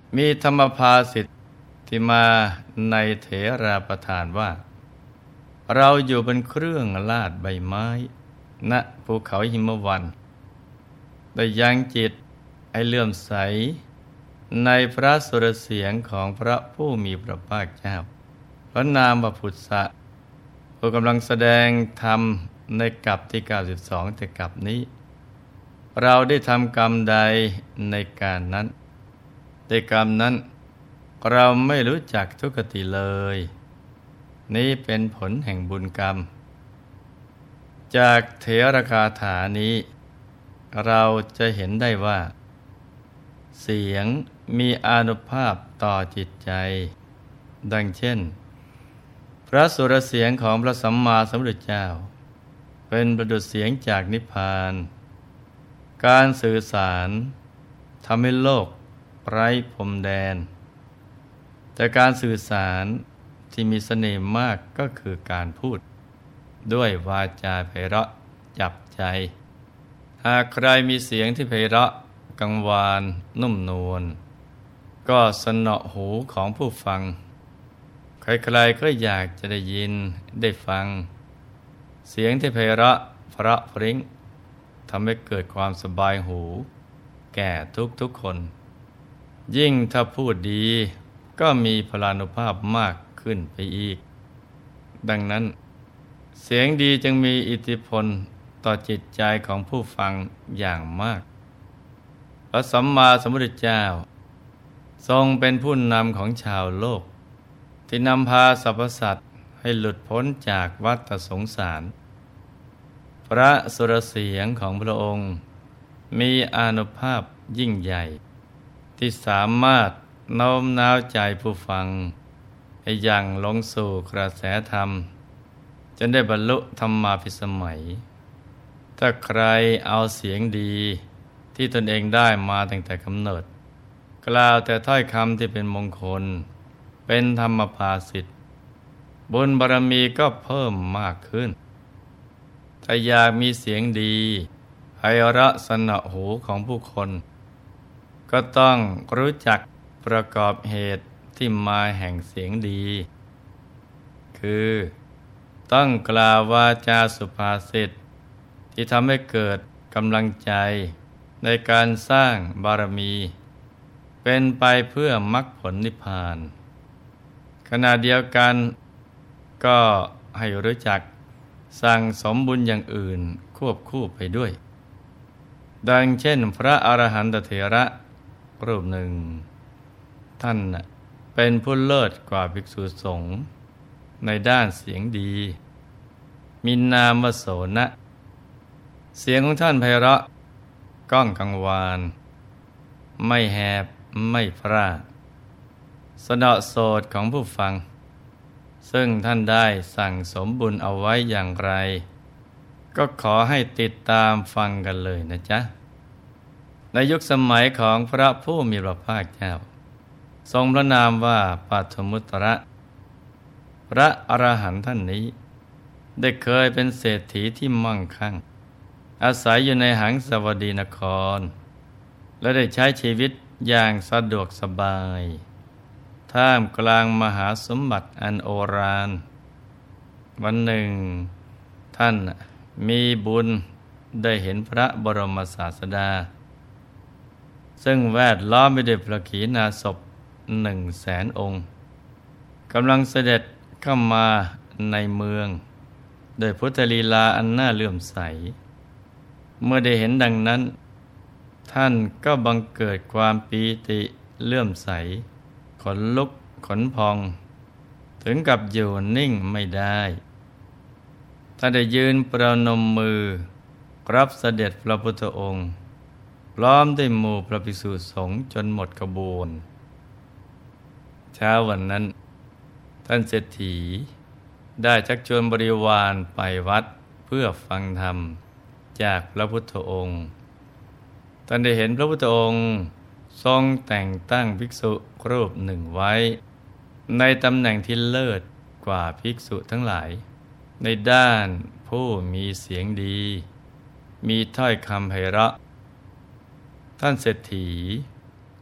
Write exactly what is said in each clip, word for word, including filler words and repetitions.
มีธรรมภาสิทธิ์ที่มาในเถราประทานว่าเราอยู่บนเครื่องลาดใบไม้ณภูเขาหิมวันได้ยังจิตให้เลื่อมใสในพระสุรเสียงของพระผู้มีพระภาคเจ้าพระนามว่าพุทธะผู้กำลังแสดงธรรมในกลับที่เก้าสิบสองแต่กลับนี้เราได้ทำกรรมใดในการนั้นในกรรมนั้นเราไม่รู้จักทุกขติเลยนี้เป็นผลแห่งบุญกรรมจากเถรคาถานี้เราจะเห็นได้ว่าเสียงมีอานุภาพต่อจิตใจดังเช่นพระสุรเสียงของพระสัมมาสัมพุทธเจ้าเป็นประดุจเสียงจากนิพพานการสื่อสารทำให้โลกไร้พรมแดนแต่การสื่อสารที่มีเสน่ห์มากก็คือการพูดด้วยวาจาไพเราะจับใจหากใครมีเสียงที่ไพเราะกังวานนุ่มนวลก็สนอหูของผู้ฟังใครๆก็อยากจะได้ยินได้ฟังเสียงที่ไพเราะเพราะพริ้งทำให้เกิดความสบายหูแก่ทุกๆคนยิ่งถ้าพูดดีก็มีพลานุภาพมากขึ้นไปอีกดังนั้นเสียงดีจึงมีอิทธิพลต่อจิตใจของผู้ฟังอย่างมากพระสัมมาสัมพุทธเจ้าทรงเป็นผู้นำของชาวโลกที่นำพาสรรพสัตว์ให้หลุดพ้นจากวัฏสงสารพระสุรเสียงของพระองค์มีอานุภาพยิ่งใหญ่ที่สามารถโน้มน้าวใจผู้ฟังให้ยังลงสู่กระแสธรรมจนได้บรรลุธรรมาภิสมัยถ้าใครเอาเสียงดีที่ตนเองได้มาตั้งแต่กำเนิดกล่าวแต่ถ้อยคำที่เป็นมงคลเป็นธรรมภาสิทธิ์บุญบารมีก็เพิ่มมากขึ้นถ้าอยากมีเสียงดีไพเราะสนอหูของผู้คนก็ต้องรู้จักประกอบเหตุที่มาแห่งเสียงดีคือต้องกล่าววาจาสุภาษิตที่ทำให้เกิดกำลังใจในการสร้างบารมีเป็นไปเพื่อมรรคผลนิพพานขณะเดียวกันก็ให้รู้จักสั่งสมบุญอย่างอื่นควบคู่ไปด้วยดังเช่นพระอรหันตเถระรูปหนึ่งท่านเป็นผู้เลิศกว่าภิกษุสงฆ์ในด้านเสียงดีมีนามว่าโสนะเสียงของท่านไพเราะก้องกังวานไม่แหบไม่พร่าสนอโสดของผู้ฟังซึ่งท่านได้สั่งสมบุญเอาไว้อย่างไรก็ขอให้ติดตามฟังกันเลยนะจ๊ะในยุคสมัยของพระผู้มีพระภาคเจ้าทรงพระนามว่าปัทมุตระพระอรหันต์ท่านนี้ได้เคยเป็นเศรษฐีที่มั่งคั่งอาศัยอยู่ในหังสวดีนครและได้ใช้ชีวิตอย่างสะดวกสบายท่ามกลางมหาสมบัติอันโอฬารวันหนึ่งท่านมีบุญได้เห็นพระบรมศาสดาซึ่งแวดล้อมไปด้วยพระขีณาสพหนึ่งแสนองค์กำลังเสด็จเข้ามาในเมืองโดยพุทธลีลาอันน่าเลื่อมใสเมื่อได้เห็นดังนั้นท่านก็บังเกิดความปีติเลื่อมใสขนลุกขนพองถึงกับอยู่นิ่งไม่ได้ท่านได้ยืนประนมมือรับเสด็จพระพุทธองค์พร้อมด้วยหมู่พระภิกษุสงฆ์จนหมดขบวนเช้าวันนั้นท่านเศรษฐีได้ชักชวนบริวารไปวัดเพื่อฟังธรรมจากพระพุทธองค์ท่านได้เห็นพระพุทธองค์ทรงแต่งตั้งภิกษุรูปหนึ่งไว้ในตำแหน่งที่เลิศกว่าภิกษุทั้งหลายในด้านผู้มีเสียงดีมีถ้อยคำไพเราะท่านเศรษฐี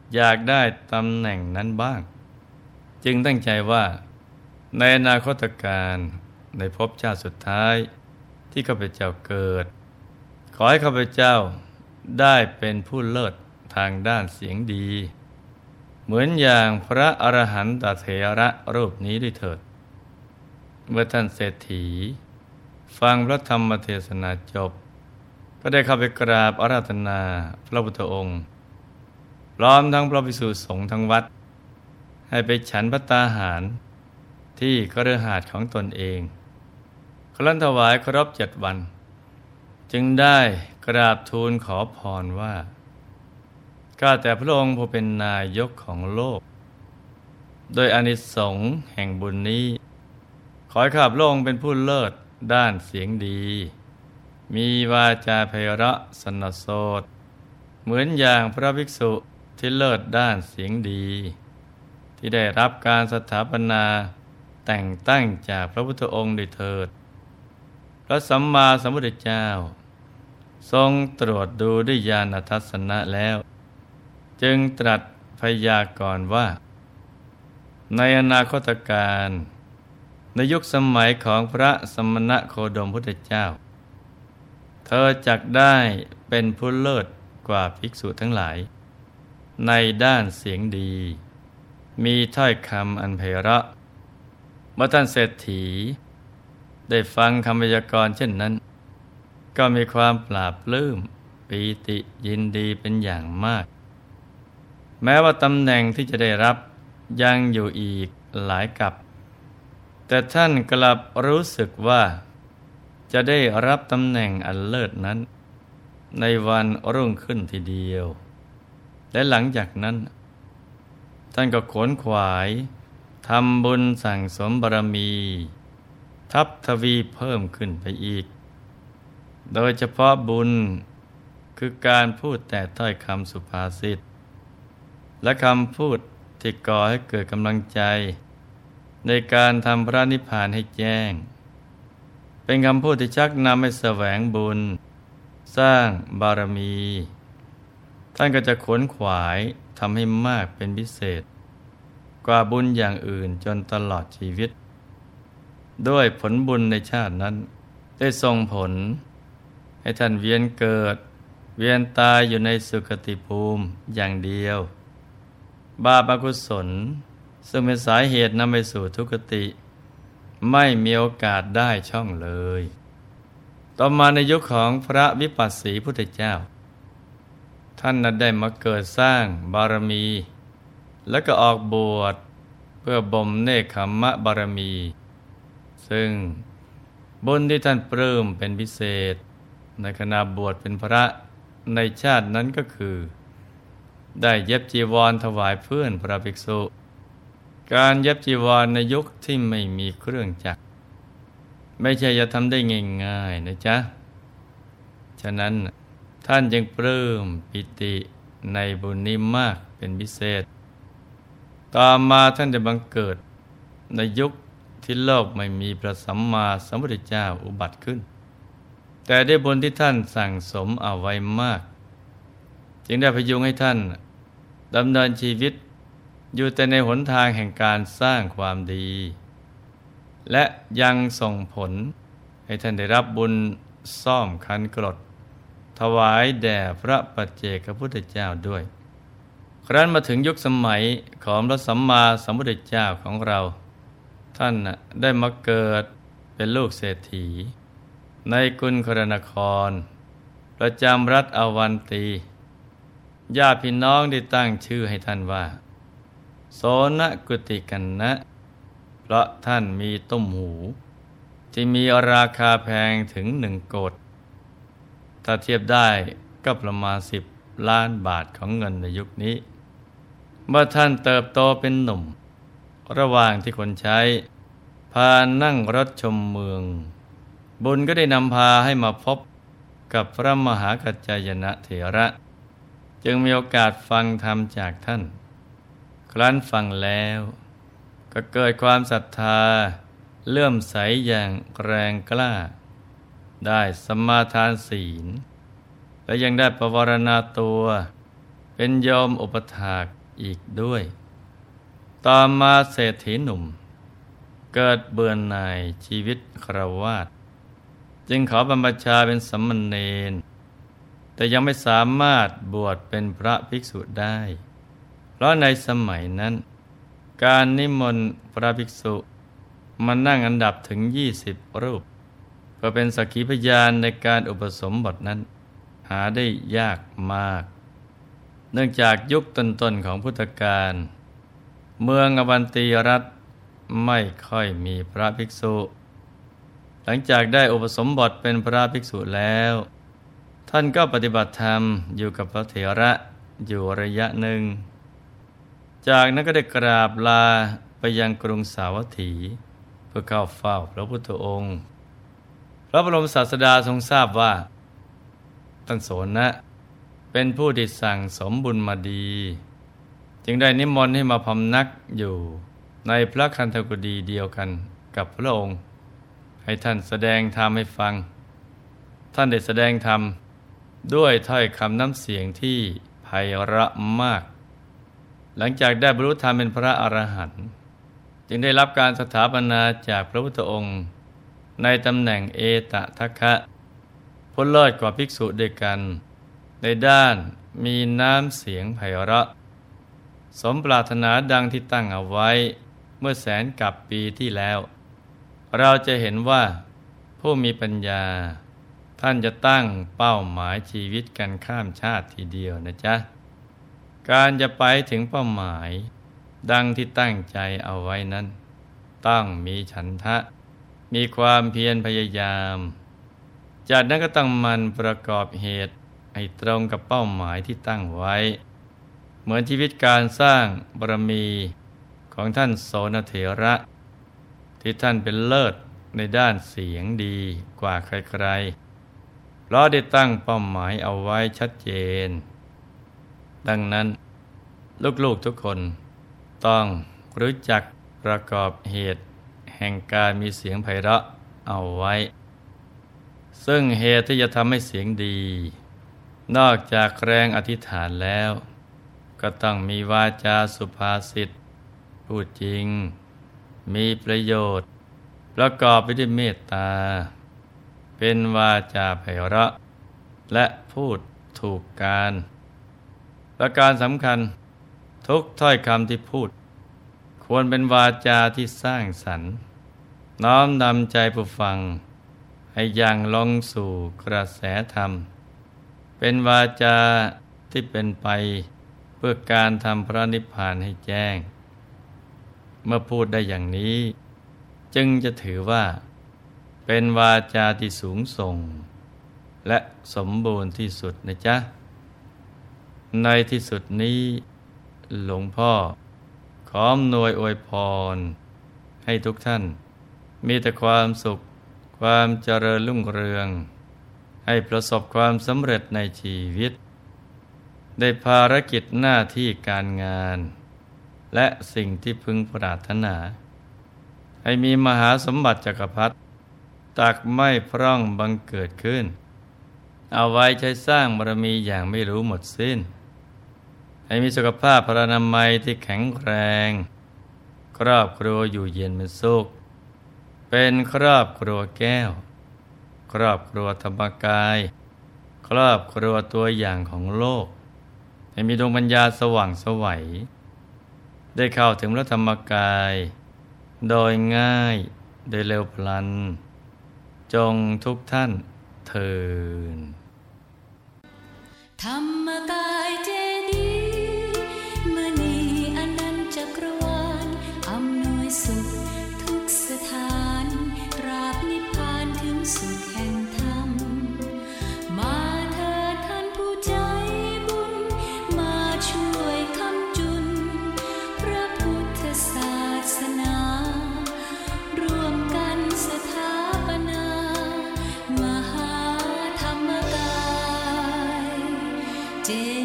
อยากได้ตำแหน่งนั้นบ้าง จึงตั้งใจว่าในอนาคตการในภพชาติสุดท้ายที่ข้าพเจ้าเกิดขอให้ข้าพเจ้าได้เป็นผู้เลิศทางด้านเสียงดีเหมือนอย่างพระอรหันตเถระรูปนี้ด้วยเถิดเมื่อท่านเศรษฐีฟังพระธรรมเทศนาจบก็ได้เข้าไปกราบอาราธนาพระพุทธองค์พร้อมทั้งพระภิกษุสงฆ์ทั้งวัดให้ไปฉันภัตตาหารที่คฤหาสน์ของตนเองครั้นถวายครบเจ็ดวันจึงได้กราบทูลขอพรว่าข้าแต่พระองค์ผู้เป็นนายกของโลกโดยอานิสงส์แห่งบุญนี้ขอให้ข้าพระองค์เป็นผู้เลิศด้านเสียงดีมีวาจาไพเราะสนโสดเหมือนอย่างพระภิกษุที่เลิศด้านเสียงดีที่ได้รับการสถาปนาแต่งตั้งจากพระพุทธองค์ด้วยเถิดพระสัมมาสัมพุทธเจ้าทรงตรวจดูด้วยญาณทัสสนะแล้วจึงตรัสพยากรณ์ว่าในอนาคตการในยุคสมัยของพระสมณโคดมพุทธเจ้าเธอจักได้เป็นผู้เลิศกว่าภิกษุทั้งหลายในด้านเสียงดีมีถ้อยคำอันไพเราะเมื่อท่านเศรษฐีได้ฟังคำพยากรณ์เช่นนั้นก็มีความปราบปลื้มปีติยินดีเป็นอย่างมากแม้ว่าตำแหน่งที่จะได้รับยังอยู่อีกหลายกับแต่ท่านกลับรู้สึกว่าจะได้รับตำแหน่งอันเลิศนั้นในวันรุ่งขึ้นทีเดียวและหลังจากนั้นท่านก็ขวนขวายทำบุญสั่งสมบารมีทับทวีเพิ่มขึ้นไปอีกโดยเฉพาะบุญคือการพูดแต่ถ้อยคำสุภาษิตและคำพูดที่ก่อให้เกิดกำลังใจในการทำพระนิพพานให้แจ้งเป็นคำพูดที่ชักนำให้แสวงบุญสร้างบารมีท่านก็จะขวนขวายทำให้มากเป็นพิเศษกว่าบุญอย่างอื่นจนตลอดชีวิตด้วยผลบุญในชาตินั้นได้ส่งผลให้ท่านเวียนเกิดเวียนตายอยู่ในสุคติภูมิอย่างเดียวบาปอกุศลซึ่งเป็นสาเหตุนำไปสู่ทุกขติไม่มีโอกาสได้ช่องเลยต่อมาในยุคของพระวิปัสสีพุทธเจ้าท่านนั้นได้มาเกิดสร้างบารมีแล้วก็ออกบวชเพื่อบ่มเนกขัมมะบารมีซึ่งบุญที่ท่านปลื้มเป็นพิเศษในขณะบวชเป็นพระในชาตินั้นก็คือได้เย็บจีวรถวายเพื่อนพระภิกษุการเย็บจีวรในยุคที่ไม่มีเครื่องจักรไม่ใช่จะทำได้ง่ายๆนะจ๊ะฉะนั้นท่านจึงปลื้มปิติในบุญนี้มากเป็นพิเศษต่อมาท่านจะบังเกิดในยุคที่โลกไม่มีพระสัมมาสัมพุทธเจ้าอุบัติขึ้นแต่ได้บุญที่ท่านสั่งสมเอาไว้มากจึงได้พยุงให้ท่านดำเนินชีวิตอยู่แต่ในหนทางแห่งการสร้างความดีและยังส่งผลให้ท่านได้รับบุญซ่อมคันกรดถวายแด่พระปัจเจกพุทธเจ้าด้วยครั้นมาถึงยุคสมัยของพระสัมมาสัมพุทธเจ้าของเราท่านได้มาเกิดเป็นลูกเศรษฐีในกุลครนครประจำรัฐอวันตีญาติพี่น้องได้ตั้งชื่อให้ท่านว่าโสนกุติกันนะเพราะท่านมีต้มหูที่มีราคาแพงถึงหนึ่งโกฏถ้าเทียบได้ก็ประมาณสิบล้านบาทของเงินในยุคนี้เมื่อท่านเติบโตเป็นหนุ่มระหว่างที่คนใช้พานั่งรถชมเมืองบุญก็ได้นำพาให้มาพบกับพระมหากัจจายนะเถระจึงมีโอกาสฟังธรรมจากท่านครั้นฟังแล้วก็เกิดความศรัทธาเลื่อมใสอย่างแรงกล้าได้สมาทานศีลและยังได้ปวารณาตัวเป็นโยมอุปถากอีกด้วยต่อมาเศรษฐีหนุ่มเกิดเบื่อหน่ายชีวิตฆราวาสจึงขอบรรพชาเป็นสามเณรแต่ยังไม่สามารถบวชเป็นพระภิกษุได้เพราะในสมัยนั้นการนิมนต์พระภิกษุมานั่งอันดับถึงยี่สิบรูปเพื่อเป็นสักขีพยานในการอุปสมบทนั้นหาได้ยากมากเนื่องจากยุคต้นๆของพุทธกาลเมืองอวันตีรัตน์ไม่ค่อยมีพระภิกษุหลังจากได้อุปสมบทเป็นพระภิกษุแล้วท่านก็ปฏิบัติธรรมอยู่กับพระเถระอยู่ระยะหนึ่งจากนั้นก็ได้กราบลาไปยังกรุงสาวัตถีเพื่อเข้าเฝ้าพระพุทธองค์พระบรมศาสดาทรงทราบว่าท่านโสนะเป็นผู้ที่สั่งสมบุญมาดีจึงได้นิมนต์ให้มาพำนักอยู่ในพระคันธกุฎีเดียวกันกับพระองค์ให้ท่านแสดงธรรมให้ฟังท่านได้แสดงธรรมด้วยถ้อยคำน้ำเสียงที่ไพเราะมากหลังจากได้บรรลุธรรมเป็นพระอรหันต์จึงได้รับการสถาปนาจากพระพุทธองค์ในตำแหน่งเอตทัคคะพ้นเลิศกว่าภิกษุด้วยกันในด้านมีน้ำเสียงไพเราะสมปรารถนาดังที่ตั้งเอาไว้เมื่อแสนกับปีที่แล้วเราจะเห็นว่าผู้มีปัญญาท่านจะตั้งเป้าหมายชีวิตกันข้ามชาติทีเดียวนะจ๊ะการจะไปถึงเป้าหมายดังที่ตั้งใจเอาไว้นั้นต้องมีฉันทะมีความเพียรพยายามจากนั้นก็ต้องมันประกอบเหตุให้ตรงกับเป้าหมายที่ตั้งไว้เหมือนชีวิตการสร้างบารมีของท่านโสนเถระที่ท่านเป็นเลิศในด้านเสียงดีกว่าใครๆเพราะได้ตั้งเป้าหมายเอาไว้ชัดเจนดังนั้นลูกๆทุกคนต้องรู้จักประกอบเหตุแห่งการมีเสียงไพเราะเอาไว้ซึ่งเหตุที่จะทำให้เสียงดีนอกจากแรงอธิษฐานแล้วก็ต้องมีวาจาสุภาษิตพูดจริงมีประโยชน์ประกอบไปด้วยเมตตาเป็นวาจาไพเราะและพูดถูกการประการสำคัญทุกถ้อยคำที่พูดควรเป็นวาจาที่สร้างสรรค์น้อมนำใจผู้ฟังให้ยังลงสู่กระแสธรรมเป็นวาจาที่เป็นไปเพื่อการทำพระนิพพานให้แจ้งเมื่อพูดได้อย่างนี้จึงจะถือว่าเป็นวาจาที่สูงส่งและสมบูรณ์ที่สุดนะจ๊ะในที่สุดนี้หลวงพ่อขออำนวยอวยพรให้ทุกท่านมีแต่ความสุขความเจริญรุ่งเรืองให้ประสบความสำเร็จในชีวิตได้ภารกิจหน้าที่การงานและสิ่งที่พึงปรารถนาให้มีมหาสมบัติจักรพรรดิตักไม่พร่องบังเกิดขึ้นเอาไว้ใช้สร้างบารมีอย่างไม่รู้หมดสิ้นให้มีสุขภาพพรรณนามัยที่แข็งแรงครอบครัวอยู่เย็นเป็นสุขเป็นครอบครัวแก้วครอบครัวธรรมกายครอบครัวตัวอย่างของโลกให้มีดวงปัญญาสว่างไสวได้เข้าถึงพระธรรมกายโดยง่ายโดยเร็วพลันจงทุกท่านเทินธรรมกายเจดีย์มณีอนันต์จักรวาลอำนวยสุขทุกสถานราบนิพพานถึงสุขแห่งธรรมมาเถิดท่านผู้ใจบุญมาช่วยคำจุนพระพุทธศาสนารวมกันสถาปนามหาธรรมกายเจ